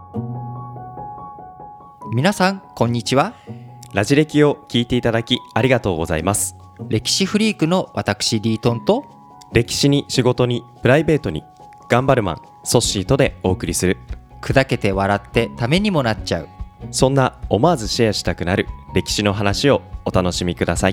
皆さんこんにちは。 ラジ歴を聞いていただきありがとうございます。 歴史フリークの私リートンと、 歴史に仕事にプライベートに頑張るマンソッシーとでお送りする、 砕けて笑ってためにもなっちゃう、 そんな思わずシェアしたくなる歴史の話をお楽しみください。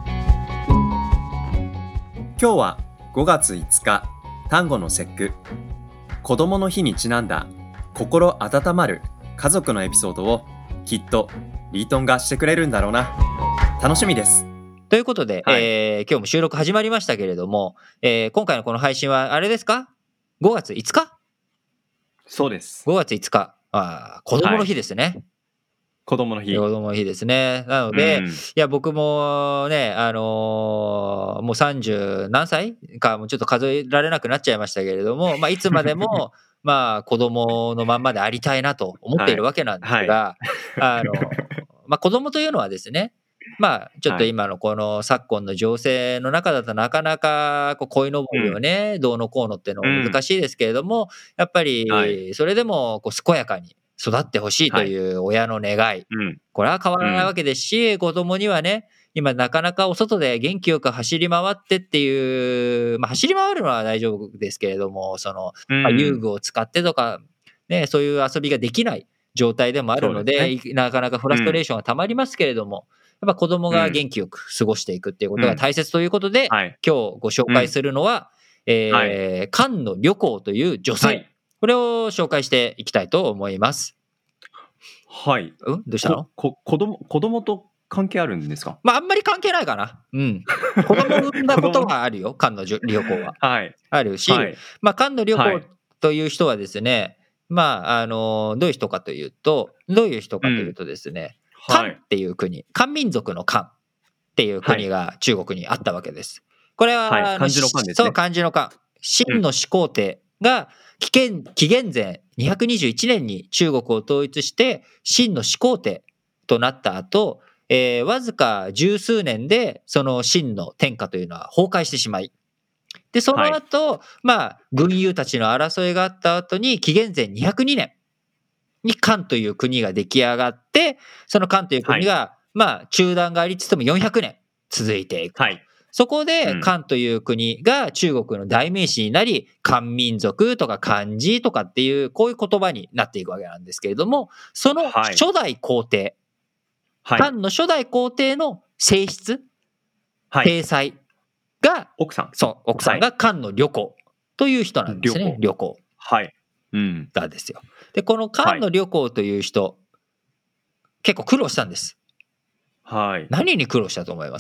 今日は5月5日端午の節句、子供の日にちなんだ心温まる家族のエピソードをきっとリートンがしてくれるんだろうな。楽しみです。 ということで、 はい、 今日も収録始まりましたけれども、今回のこの配信はあれですか？ 5 月5日？ そうです。 5月5日、子供の日ですね。 子供の日。 子供の日ですね。なので、いや僕もね、もう30何歳かもうちょっと数えられなくなっちゃいましたけれども、いつまでも子供のまんまでありたいなと思っているわけなんですが、子供というのはですね、ちょっと今のこの昨今の情勢の中だとなかなか鯉のぼりをね、どうのこうのっていうのも難しいですけれども、やっぱりそれでも健やかに育ってほしいという親の願い、これは変わらないわけですし、子供にはね、今なかなかお外で元気よく走り回ってっていう、走り回るのは大丈夫ですけれども、遊具を使ってとか、ね、そういう遊びができない状態でもあるので、なかなかフラストレーションがたまりますけれども、やっぱ子供が元気よく過ごしていくっていうことが大切ということで、今日ご紹介するのは、菅野旅行という女性、これを紹介していきたいと思います。 はい。 どうしたの？ 子供と関係あるんですか？ あんまり関係ないかな。子供を産んだことがあるよ、菅野旅行は。あるし、菅野旅行という人はですね、どういう人かというとですね、漢っていう国、漢民族の漢っていう国が中国にあったわけです。これは、 漢字の漢ですね。 そう、漢字の漢。秦の始皇帝が紀元前221年に中国を統一して秦の始皇帝となった後、わずか十数年でその秦の天下というのは崩壊してしまい、でその後、軍友たちの争いがあった後に紀元前202年に漢という国が出来上がって、その漢という国が、中断がありつつも400年続いていく。そこで漢という国が中国の代名詞になり、漢民族とか漢字とかっていうこういう言葉になっていくわけなんですけれども、その初代皇帝、漢の初代皇帝の正室、体裁が、奥さんが菅野旅行という人なんですね。旅行がですよ。でこの菅野旅行という人、結構苦労したんです。何に苦労したと思います？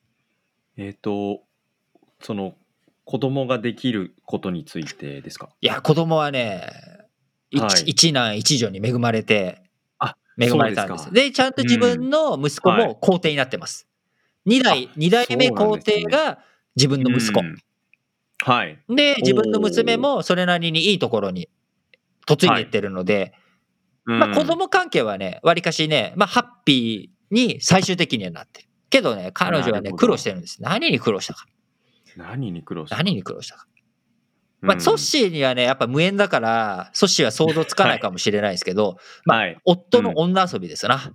その子供ができることについてですか？ いや、子供はね、一男一女に恵まれたんです。でちゃんと自分の息子も皇帝になってます。2代目皇帝が自分の息子、で自分の娘もそれなりにいいところに嫁いでいってるので、子供関係はね、わりかしね、ハッピーに最終的にはなってるけどね、彼女はね苦労してるんです。何に苦労したか。ソッシーにはね、やっぱ無縁だからソッシーは想像つかないかもしれないですけど、夫の女遊びですな。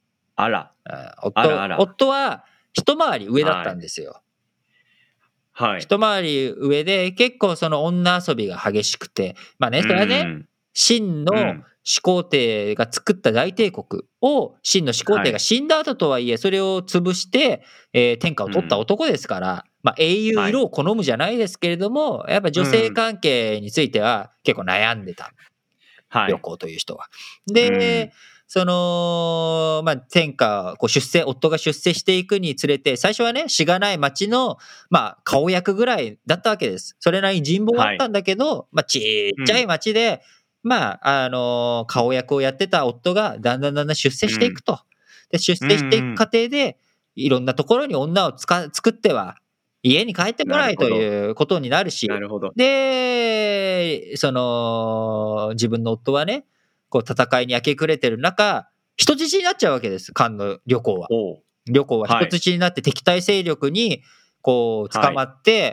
夫は一回り上だったんですよ。一回り上で結構その女遊びが激しくて、それはね、秦の始皇帝が作った大帝国を秦の始皇帝が死んだ後とはいえそれを潰して、天下を取った男ですから、英雄色を好むじゃないですけれども、やっぱ女性関係については結構悩んでた、旅行という人は。で、その天下夫が出世していくにつれて、最初はね、しがない町の顔役ぐらいだったわけです。それなりに人望があったんだけど、ちっちゃい町で顔役をやってた夫がだんだん出世していくと。で出世していく過程でいろんなところに女を作っては家に帰ってこないということになるし、でその自分の夫はね、戦いに明け暮れてる中、人質になっちゃうわけです。菅野旅行は人質になって敵対勢力に捕まって、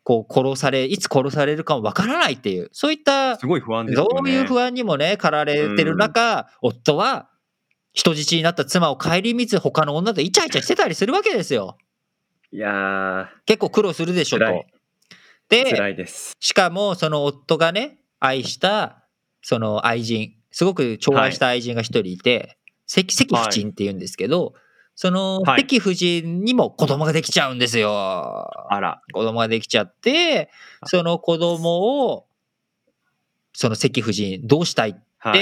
こういつ殺されるかもわからないっていう、そういったすごい不安ですよね。 そういう不安にもね、駆られてる中、夫は人質になった妻を顧みず他の女とイチャイチャしてたりするわけですよ。 いや結構苦労するでしょと。 辛で、 いです。 しかもその夫がね、愛したその愛人、すごく寵愛した愛人が一人いて、関夫人って言うんですけど、その関夫人にも子供ができちゃうんですよ。 あら。 子供ができちゃって、その子供を、その関夫人どうしたいって、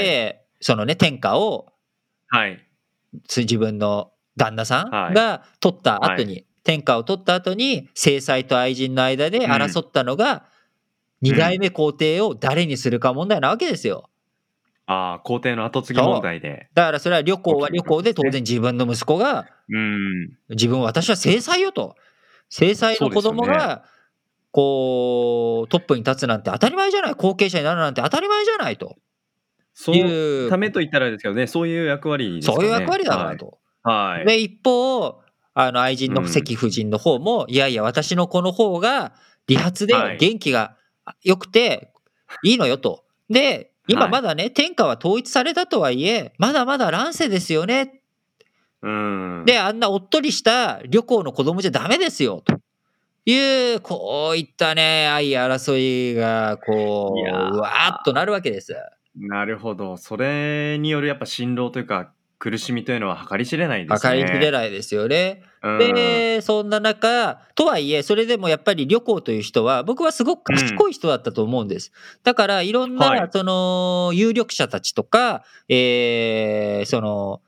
そのね、天下を、自分の旦那さんが取った後に、天下を取った後に、正妻と愛人の間で争ったのが、二代目皇帝を誰にするか問題なわけですよ。 ああ、皇帝の後継ぎ問題で。 だからそれは旅行は旅行で当然自分の息子が、私は正妻よと。正妻の子供が、こう、トップに立つなんて当たり前じゃない。後継者になるなんて当たり前じゃないと。 そういうためと言ったらですけどね、そういう役割ですかね。 そういう役割だなと。で、一方、愛人の関夫人の方も、いやいや、私の子の方が理髪で元気が良くていいのよと。で、今まだね、天下は統一されたとはいえ、まだまだ乱世ですよね。で、あんなおっとりした旅行の子供じゃダメですよという、こういったね、愛争いが、こう、うわーっとなるわけです。 なるほど。それによるやっぱ心労というか、苦しみというのは計り知れないですね。 計り知れないですよね。で、そんな中、とはいえ、それでもやっぱり旅行という人は、僕はすごく賢い人だったと思うんです。だから、いろんな、その、有力者たちとか、その、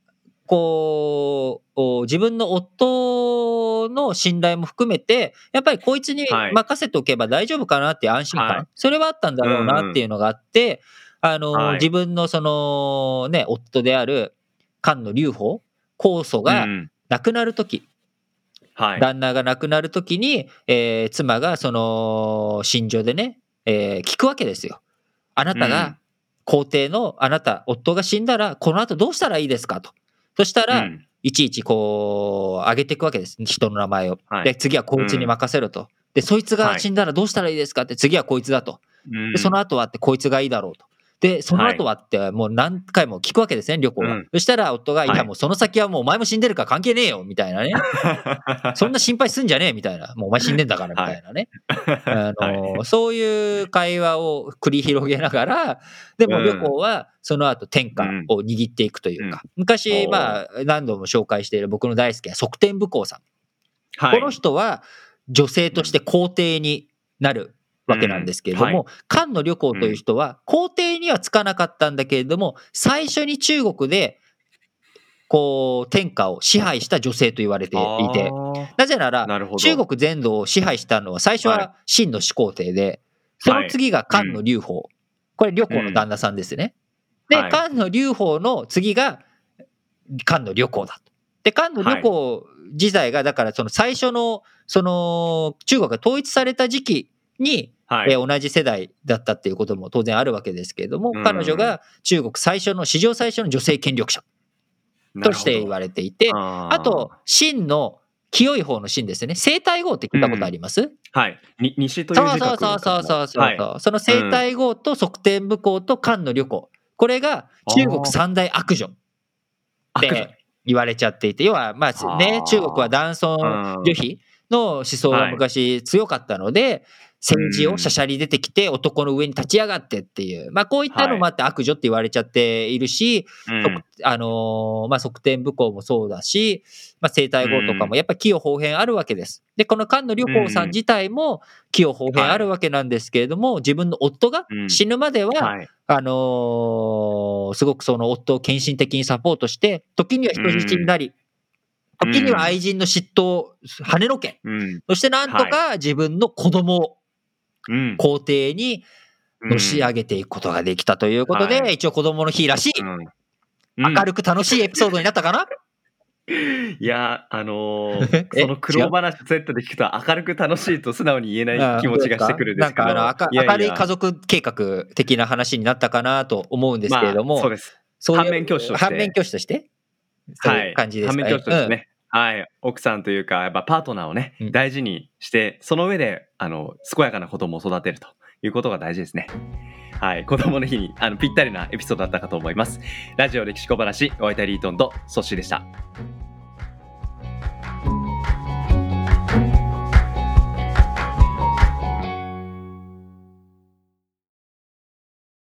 こう、自分の夫の信頼も含めて、やっぱりこいつに任せておけば大丈夫かなっていう安心感、それはあったんだろうなっていうのがあって、自分のそのね、夫である菅野隆法公祖が亡くなるとき、旦那が亡くなるときに、妻がその心情でね、聞くわけですよ。あなたが皇帝の夫が死んだらこの後どうしたらいいですかと。そしたら、いちいちこう上げていくわけです、人の名前を。で、次はこいつに任せろと。で、そいつが死んだらどうしたらいいですかって、次はこいつだと。で、その後はってこいつがいいだろうと。で、その後はってもう何回も聞くわけですね、旅行は。そしたら夫が、いやもうその先はもうお前も死んでるから関係ねえよ、みたいなね。そんな心配すんじゃねえ、みたいな。もうお前死んでんだから、みたいなね。そういう会話を繰り広げながら、でも旅行はその後天下を握っていくというか、昔、何度も紹介している僕の大好きな側天武功さん。この人は女性として皇帝になるわけなんですけれども、菅野旅行という人は皇帝にはつかなかったんだけれども、最初に中国でこう天下を支配した女性と言われていて、なぜなら中国全土を支配したのは最初は秦の始皇帝で、その次が菅野隆法、これ旅行の旦那さんですね。で、菅野隆法の次が菅野旅行だと。で、菅野旅行自体がだからその最初のその中国が統一された時期に同じ世代だったっていうことも当然あるわけですけれども、彼女が中国史上最初の女性権力者として言われていて、あと秦の清い方の秦ですね。西太后って聞いたことあります？ 西という字書く。 その西太后と側天武功と菅野旅行、これが中国三大悪女って言われちゃっていて、要はまあね、中国は男尊女卑の思想が昔強かったので、戦時をしゃしゃり出てきて男の上に立ち上がってっていう、まあこういったのもあって悪女って言われちゃっているし、まあ側天武功もそうだし、まあ西太后とかもやっぱり器用方変あるわけです。で、この菅野旅行さん自体も器用方変あるわけなんですけれども、自分の夫が死ぬまでは、すごくその夫を献身的にサポートして、時には人質になり、時には愛人の嫉妬を跳ねのけ、そしてなんとか自分の子供を皇帝にのし上げていくことができたということで、一応子供の日らしい、明るく楽しいエピソードになったかな。 いや、その苦労話セットで聞くと明るく楽しいと素直に言えない気持ちがしてくるんですけど、 なんか明るい家族計画的な話になったかなと思うんですけれども、 そうです。反面教師として。 そういう感じですかね。 反面教師としてね。 はい、奥さんというか、やっぱパートナーをね、大事にして、その上で、健やかな子供を育てるということが大事ですね。はい、子供の日にぴったりなエピソードだったかと思います。ラジオ歴史小話、お相手はリートンとソッシーでした。